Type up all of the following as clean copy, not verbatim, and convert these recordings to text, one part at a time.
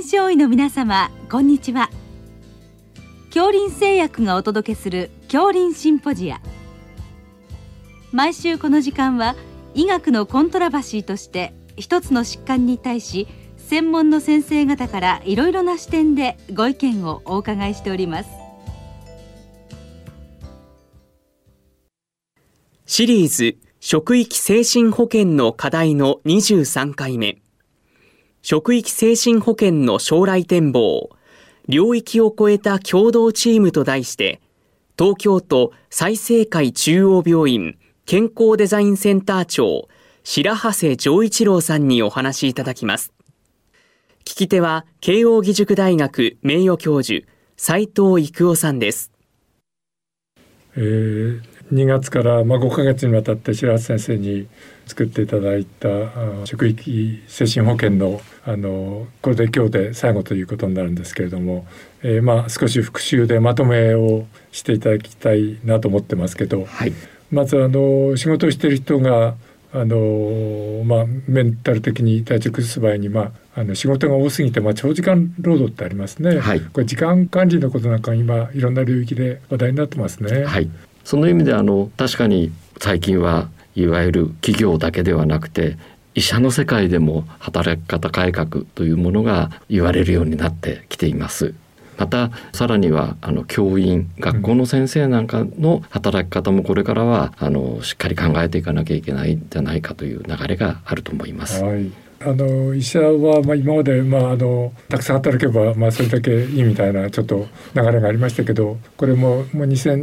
上位の皆様、こんにちは。杏林製薬がお届けする杏林シンポジア。毎週この時間は医学のコントラバシーとして一つの疾患に対し専門の先生方からいろいろな視点でご意見をお伺いしております。 シリーズ職域精神保健の課題の23回目、職域精神保健の将来展望、領域を超えた共同チームと題して、東京都済生会中央病院健康デザインセンター長、白長谷丈一郎さんにお話しいただきます。聞き手は慶應義塾大学名誉教授、斉藤育夫さんです。 2月から5ヶ月にわたって白長先生に作っていただいた職域精神保健のこれで今日で最後ということになるんですけれども、少し復習でまとめをしていただきたいなと思ってますけど、はい、まず仕事をしている人がメンタル的に体調崩す場合に、仕事が多すぎて、長時間労働ってありますね、はい、これ時間管理のことなんか今いろんな領域で話題になってますね、 はい、その意味で確かに最近はいわゆる企業だけではなくて医者の世界でも働き方改革というものが言われるようになってきています。またさらには教員、学校の先生なんかの働き方もこれからはしっかり考えていかなきゃいけないんじゃないかという流れがあると思います。 はい、医者は今までたくさん働けばそれだけいいみたいなちょっと流れがありましたけど、これもう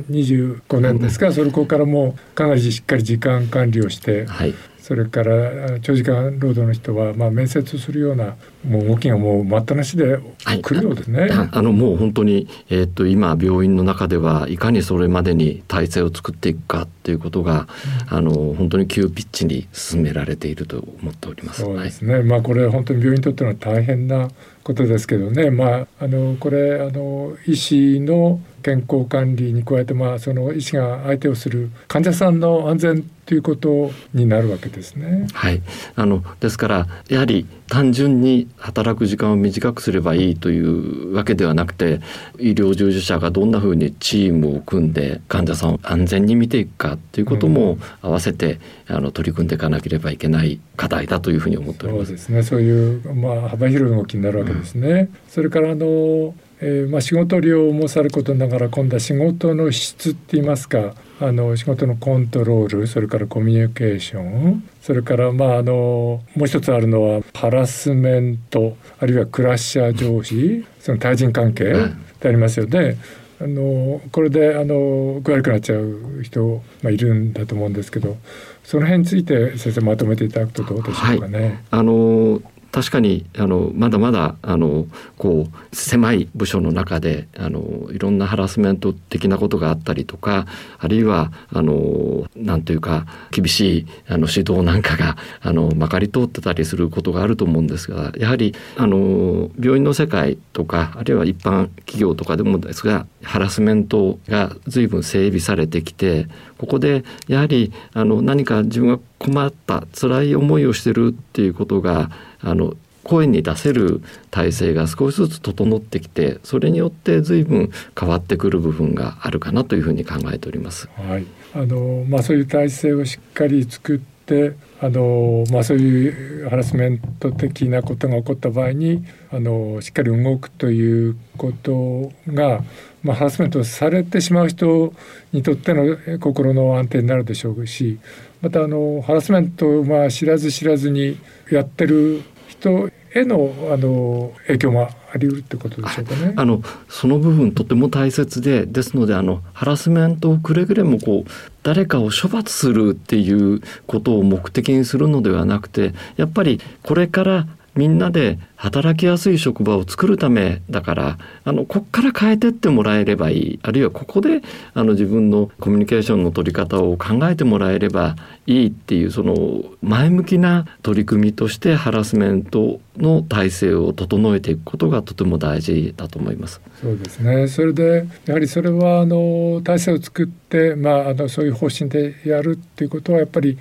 2025年ですか、それからもうかなりしっかり時間管理をして、はい、それから長時間労働の人は面接するようなもう動きがもう待ったなしで来るようですね。 もう本当に、今病院の中ではいかにそれまでに体制を作っていくかということが、本当に急ピッチに進められていると思っております。 そうですね、はい、これ本当に病院にとっては大変なことですけどね、これ医師の健康管理に加えて、その医師が相手をする患者さんの安全ということになるわけですね。 はい、ですからやはり単純に働く時間を短くすればいいというわけではなくて、医療従事者がどんなふうにチームを組んで患者さんを安全に見ていくかということも合わせて、取り組んでいかなければいけない課題だというふうに思っております。 そうですね、そういう、幅広い動きになるわけですね、それから仕事量もさることながら、今度は仕事の質って言いますか、仕事のコントロール、それからコミュニケーション、それからもう一つあるのはハラスメント、あるいはクラッシャー上司、その対人関係ってありますよね。これで具悪くなっちゃう人、いるんだと思うんですけど、その辺について先生まとめていただくとどうでしょうかね。 はい、確かにまだまだ狭い部署の中でいろんなハラスメント的なことがあったりとか、あるいはなんというか厳しい指導なんかがまかり通ってたりすることがあると思うんですが、やはり病院の世界とか、あるいは一般企業とかでもですが、ハラスメントが随分整備されてきて、ここでやはり何か自分が困った辛い思いをしてるっていうことが声に出せる体制が少しずつ整ってきて、それによって随分変わってくる部分があるかなというふうに考えております。 はい、そういう体制をしっかり作ってそういうハラスメント的なことが起こった場合にしっかり動くということが、ハラスメントされてしまう人にとっての心の安定になるでしょうし、またハラスメントを知らず知らずにやってる人への影響もあり得るってことでしょうかね。 その部分とても大切ですので、ハラスメントをくれぐれも誰かを処罰するっていうことを目的にするのではなくて、やっぱりこれからみんなで働きやすい職場を作るためだから、こっから変えてってもらえればいい、あるいはここで自分のコミュニケーションの取り方を考えてもらえればいいっていう、その前向きな取り組みとしてハラスメントの体制を整えていくことがとても大事だと思います。 そうですね。それでやはりそれは体制を作って、そういう方針でやるっていうことはやっぱり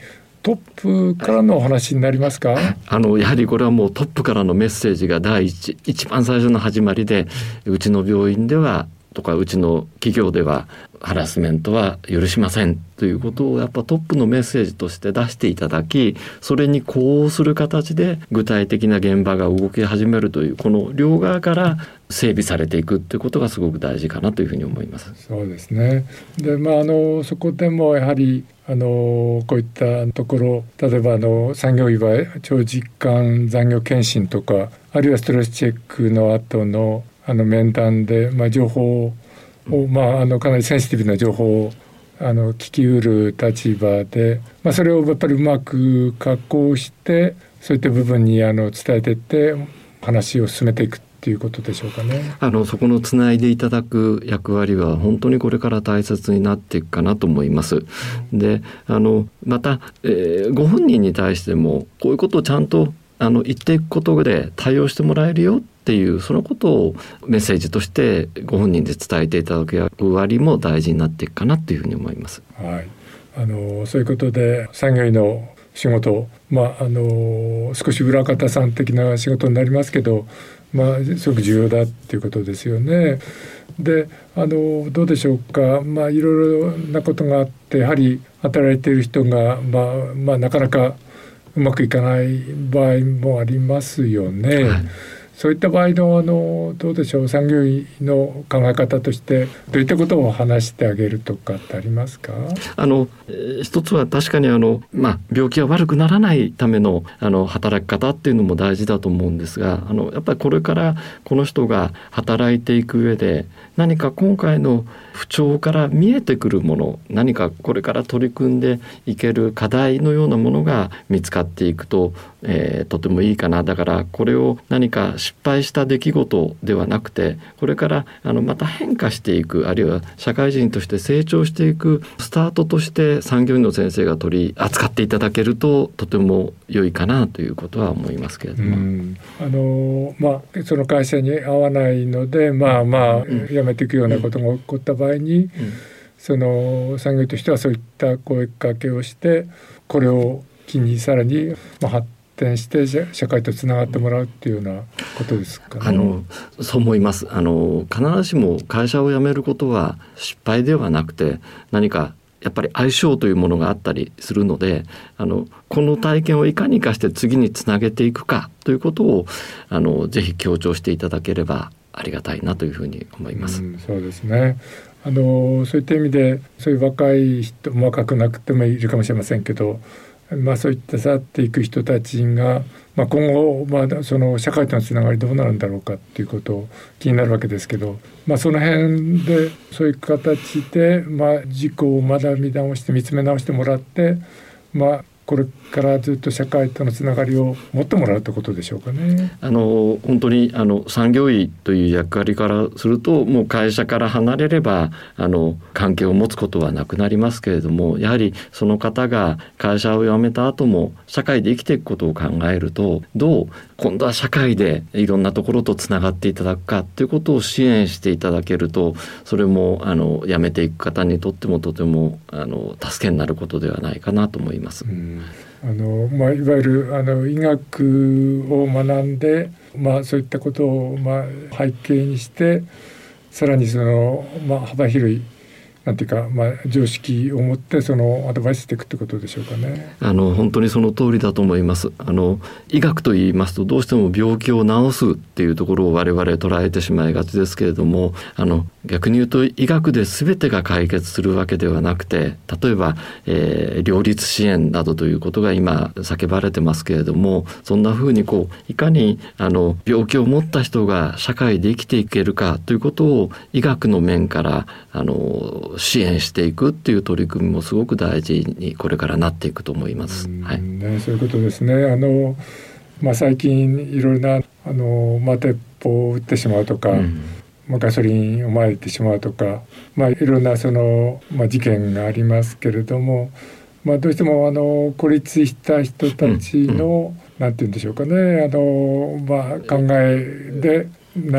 トップからのお話になりますか？ やはりこれはもうトップからのメッセージが一番最初の始まりで、うちの病院ではとかうちの企業ではハラスメントは許しませんということをやっぱトップのメッセージとして出していただき、それに呼応する形で具体的な現場が動き始めるという、この両側から整備されていくということがすごく大事かなというふうに思います。 そうですね。で、そこでもやはりこういったところ、例えば産業医は長時間残業検診とか、あるいはストレスチェックの後の面談で、情報を、かなりセンシティブな情報を聞きうる立場で、それをやっぱりうまく加工して、そういった部分に伝えていって話を進めていくっていうことでしょうかね。 そこのつないでいただく役割は本当にこれから大切になっていくかなと思います。で、また、ご本人に対してもこういうことをちゃんと言っていくことで対応してもらえるよっていう、そのことをメッセージとしてご本人で伝えていただく役割も大事になっていくかなというふうに思います。 はい、そういうことで産業医の仕事、少し裏方さん的な仕事になりますけど、すごく重要だっていうことですよね。で、どうでしょうか。いろいろなことがあって、やはり働いている人が、なかなかうまくいかない場合もありますよね。はい、そういった場合のどうでしょう、産業医の考え方としてどういったことを話してあげるとかってありますか？ 一つは確かに病気が悪くならないための働き方っていうのも大事だと思うんですが、やっぱりこれからこの人が働いていく上で何か今回の不調から見えてくるもの、何かこれから取り組んでいける課題のようなものが見つかっていくと、とてもいいかな。だからこれを何か失敗した出来事ではなくて、これからまた変化していく、あるいは社会人として成長していくスタートとして産業医の先生が取り扱っていただけるととても良いかなということは思いますけれども、 その会社に合わないので辞めていくようなことが起こった場合に、その産業医としてはそういった声かけをして、これを機にさらに発展して社会とつながってもらうっていうようなことですかね。 そう思います。必ずしも会社を辞めることは失敗ではなくて、何かやっぱり相性というものがあったりするので、この体験をいかに生かして次につなげていくかということをぜひ強調していただければありがたいなというふうに思います。 そうですね。そういった意味で、そういう若い人、若くなくてもいるかもしれませんけど、そういった去っていく人たちが、今後、その社会とのつながりどうなるんだろうかっていうことを気になるわけですけど、その辺でそういう形で、自己を学び直して見つめ直してもらって、これからずっと社会とのつながりを持ってもらうということでしょうかね。 本当に産業医という役割からすると、もう会社から離れれば関係を持つことはなくなりますけれども、やはりその方が会社を辞めた後も社会で生きていくことを考えると、どう今度は社会でいろんなところとつながっていただくかということを支援していただけると、それも辞めていく方にとってもとても助けになることではないかなと思います。 いわゆる医学を学んで、そういったことを背景にして、さらにその、幅広いなんていうか、常識を持ってそのアドバイスしていくってことでしょうかね。 本当にその通りだと思います。医学と言いますとどうしても病気を治すっていうところを我々捉えてしまいがちですけれども、逆に言うと医学で全てが解決するわけではなくて、例えば、両立支援などということが今叫ばれてますけれども、そんなふうにいかに病気を持った人が社会で生きていけるかということを医学の面から支援していくっていう取り組みもすごく大事にこれからなっていくと思います。 そういうことですね。最近いろいろな鉄砲を撃ってしまうとか、ガソリンをまいてしまうとか、いろんなその、事件がありますけれども、どうしても孤立した人たちの、なんて言うんでしょうかね、考えでなっ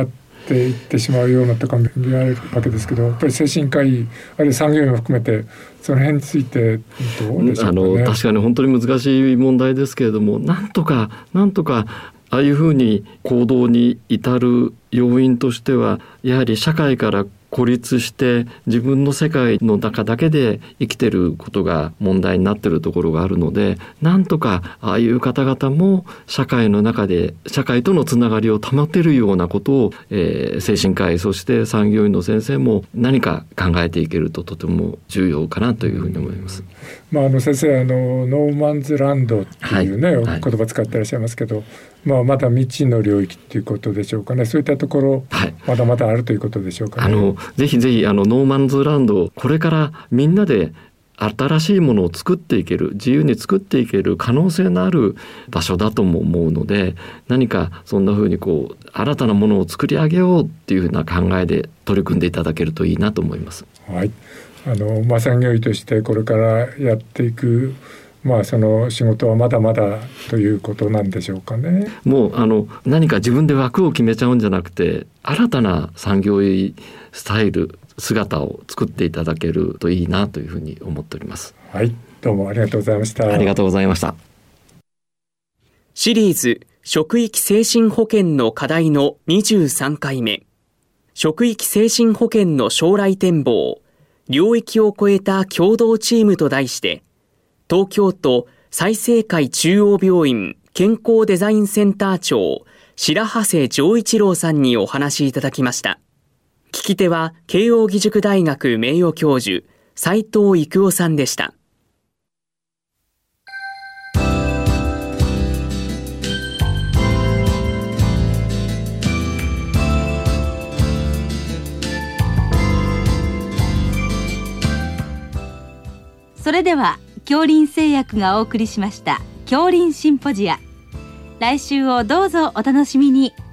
っていってしまうようなとか見られるわけですけど、やっぱり精神科医あるいは産業医も含めてその辺についてどうでしょうかね。 確かに本当に難しい問題ですけれども、なんとかああいうふうに行動に至る要因としては、やはり社会から孤立して自分の世界の中だけで生きてることが問題になっているところがあるので、なんとかああいう方々も社会の中で社会とのつながりを保てるようなことを、精神科医そして産業医の先生も何か考えていけるととても重要かなというふうに思います。 先生ノーマンズランドっていうね、言葉使ってらっしゃいますけど、まだ未知の領域っていうことでしょうかね。そういったところ、まだまだあるということでしょうかね。 ぜひノーマンズランド、これからみんなで新しいものを作っていける、自由に作っていける可能性のある場所だとも思うので、何かそんな風に新たなものを作り上げようっていう風な考えで取り組んでいただけるといいなと思います。 はい、産業医としてこれからやっていくその仕事はまだまだということなんでしょうかね。 もう何か自分で枠を決めちゃうんじゃなくて、新たな産業医スタイル姿を作っていただけるといいなというふうに思っております。 はい、どうもありがとうございました。 ありがとうございました。 シリーズ職域精神保健の課題の23回目、職域精神保健の将来展望、領域を超えた共同チームと題して、東京都済生会中央病院健康デザインセンター長白長谷丈一郎さんにお話しいただきました。聞き手は慶應義塾大学名誉教授斉藤育夫さんでした。 それでは杏林製薬がお送りしました杏林シンポジア、来週をどうぞお楽しみに。